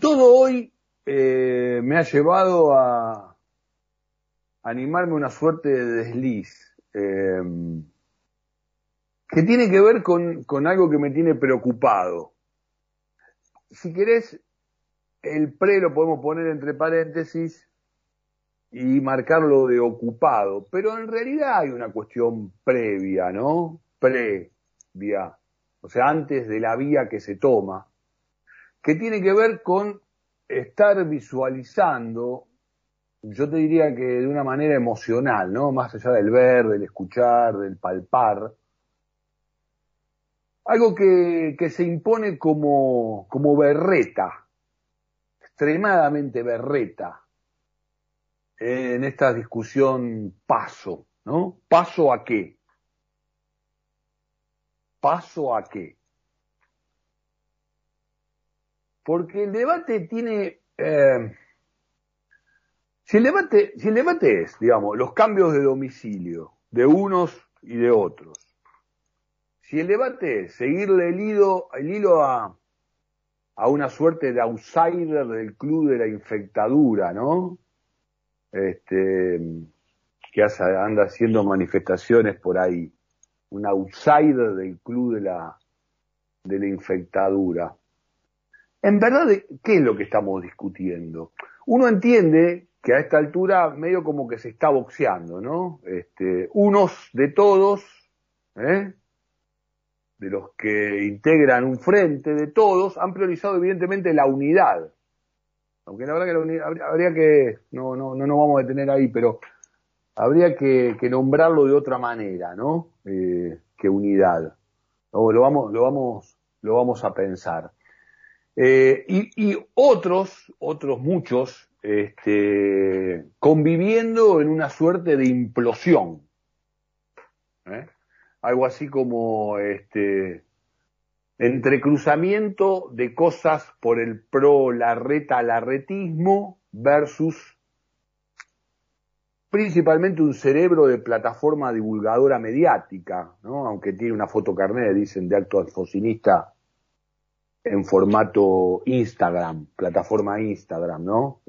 todo hoy me ha llevado a animarme a una suerte de desliz, que tiene que ver con algo que me tiene preocupado. Si querés, el pre lo podemos poner entre paréntesis y marcarlo de ocupado, pero en realidad hay una cuestión previa, ¿no? Previa, o sea, antes de la vía que se toma, que tiene que ver con estar visualizando, yo te diría que de una manera emocional, ¿no? Más allá del ver, del escuchar, del palpar, algo que se impone como berreta, extremadamente berreta, en esta discusión paso, ¿no? ¿Paso a qué? ¿Paso a qué? Porque el debate tiene... si el debate es, digamos, los cambios de domicilio de unos y de otros, si el debate es seguirle el hilo a una suerte de outsider del club de la infectadura, ¿no? Que anda haciendo manifestaciones por ahí, un outsider del club de la infectadura. En verdad, ¿qué es lo que estamos discutiendo? Uno entiende que a esta altura medio como que se está boxeando, ¿no? Unos de todos, de los que integran un frente de todos, han priorizado evidentemente la unidad. Aunque la verdad que la unidad, habría que, no nos vamos a detener ahí, pero habría que nombrarlo de otra manera, ¿no? Que unidad. No, lo vamos a pensar. Y otros muchos, conviviendo en una suerte de implosión. Algo así como entrecruzamiento de cosas por el pro-larretismo versus principalmente un cerebro de plataforma divulgadora mediática, ¿no? Aunque tiene una fotocarnet, dicen, de acto alfonsinista en formato Instagram, plataforma Instagram, ¿no?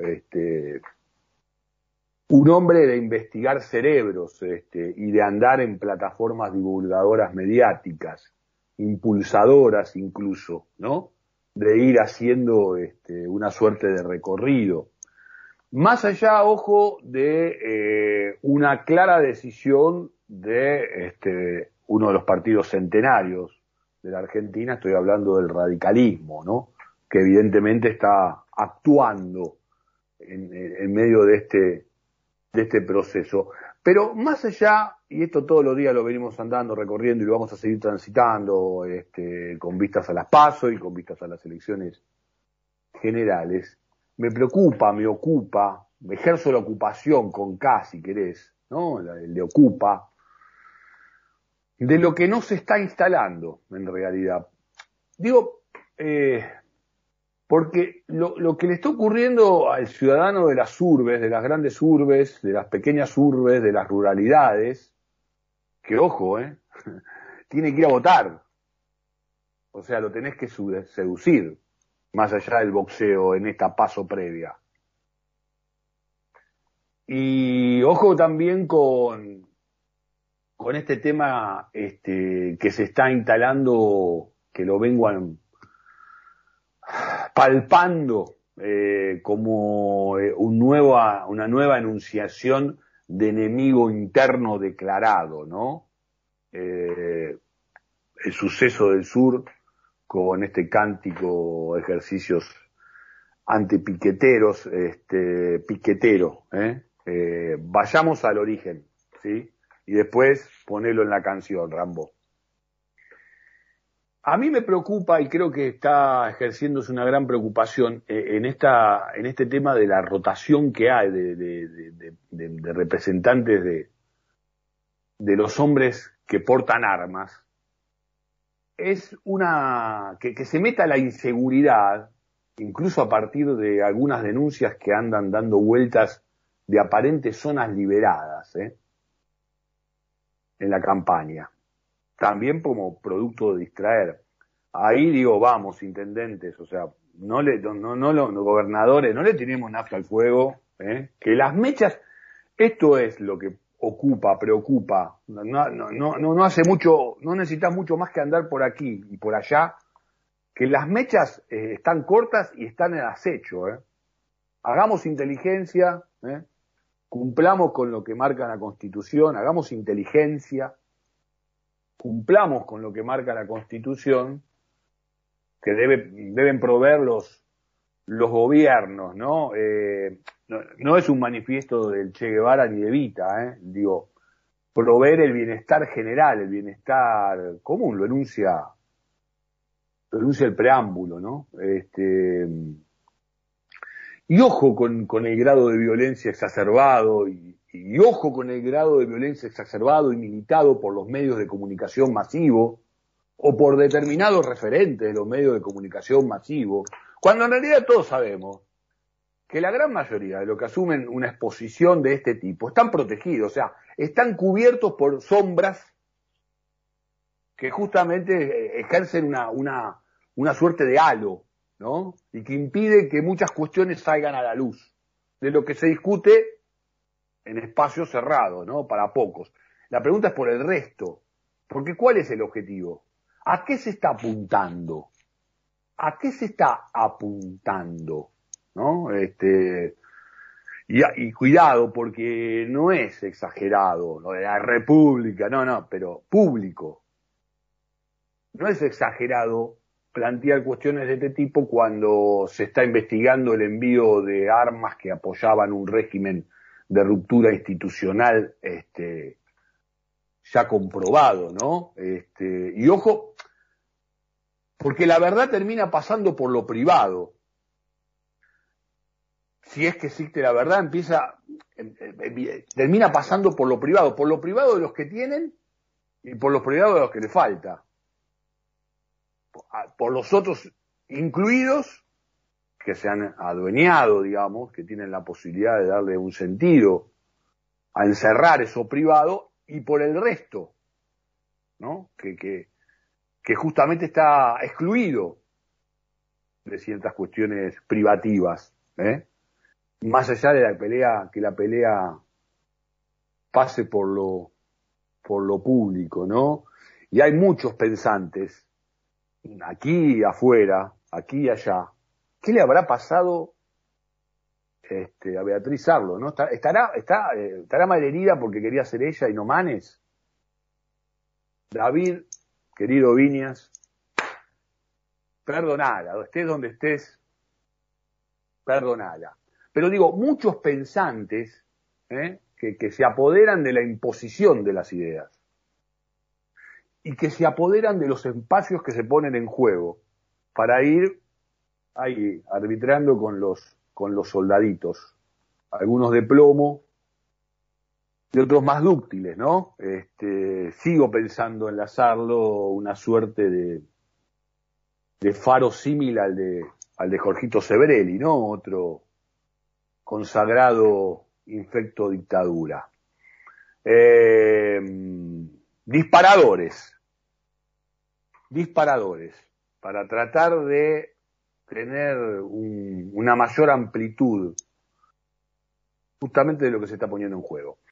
Un hombre de investigar cerebros, y de andar en plataformas divulgadoras mediáticas, impulsadoras incluso, ¿no? De ir haciendo una suerte de recorrido. Más allá, ojo, de una clara decisión de uno de los partidos centenarios de la Argentina, estoy hablando del radicalismo, ¿no? Que evidentemente está actuando en medio de este proceso. Pero más allá, y esto todos los días lo venimos andando, recorriendo y lo vamos a seguir transitando, con vistas a las PASO y con vistas a las elecciones generales, me preocupa, me ocupa, ejerzo la ocupación con K, si querés, ¿no? El de ocupa, de lo que no se está instalando, en realidad. Digo, porque lo que le está ocurriendo al ciudadano de las urbes, de las grandes urbes, de las pequeñas urbes, de las ruralidades, que ojo, tiene que ir a votar. O sea, lo tenés que seducir, más allá del boxeo en esta paso previa. Y ojo también con este tema que se está instalando, que lo vengo palpando como una nueva enunciación de enemigo interno declarado, ¿no? El suceso del sur con este cántico, ejercicios antipiqueteros, piquetero, vayamos al origen, ¿sí? Y después ponelo en la canción, Rambo. A mí me preocupa, y creo que está ejerciéndose una gran preocupación en este tema de la rotación que hay de representantes de los hombres que portan armas. Es que se meta la inseguridad, incluso a partir de algunas denuncias que andan dando vueltas de aparentes zonas liberadas, en la campaña. También como producto de distraer. Ahí digo, vamos, intendentes, o sea, los gobernadores, no le tiremos nafta al fuego, que las mechas, esto es lo que preocupa, no hace mucho, no necesitas mucho más que andar por aquí y por allá, que las mechas están cortas y están en acecho, Hagamos inteligencia, cumplamos con lo que marca la Constitución, hagamos inteligencia, cumplamos con lo que marca la Constitución, que deben proveer los gobiernos, ¿no? No es un manifiesto del Che Guevara ni de Evita, digo, proveer el bienestar general, el bienestar común, lo enuncia el preámbulo, ¿no? Y ojo con el grado de violencia exacerbado y ojo con el grado de violencia exacerbado y militado por los medios de comunicación masivos o por determinados referentes de los medios de comunicación masivos, cuando en realidad todos sabemos que la gran mayoría de los que asumen una exposición de este tipo están protegidos, o sea, están cubiertos por sombras que justamente ejercen una suerte de halo, ¿no? Y que impide que muchas cuestiones salgan a la luz de lo que se discute en espacios cerrados, ¿no? Para pocos. La pregunta es por el resto, porque ¿cuál es el objetivo? ¿A qué se está apuntando? ¿A qué se está apuntando? ¿No? Y cuidado, porque no es exagerado lo de la República, no, pero público. No es exagerado plantear cuestiones de este tipo cuando se está investigando el envío de armas que apoyaban un régimen de ruptura institucional ya comprobado, ¿no? Y ojo, porque la verdad termina pasando por lo privado. Si es que existe la verdad, termina pasando por lo privado de los que tienen y por lo privado de los que le falta. Por los otros incluidos, que se han adueñado, digamos, que tienen la posibilidad de darle un sentido a encerrar eso privado, y por el resto, ¿no? Que justamente está excluido de ciertas cuestiones privativas, más allá de que la pelea pase por lo público, ¿no? Y hay muchos pensantes, aquí y afuera, aquí y allá. ¿Qué le habrá pasado a Beatriz Arlo, ¿no? ¿Estará malherida porque quería ser ella y no Manes? David, querido Viñas, perdonala, estés donde estés, perdonala. Pero digo, muchos pensantes que se apoderan de la imposición de las ideas y que se apoderan de los espacios que se ponen en juego para ir ahí arbitrando con los soldaditos, algunos de plomo y otros más dúctiles, ¿no? Sigo pensando en enlazarlo una suerte de faro símil al de Jorgito Sebrelli, ¿no? Otro consagrado infecto dictadura. Disparadores, para tratar de tener una mayor amplitud justamente de lo que se está poniendo en juego.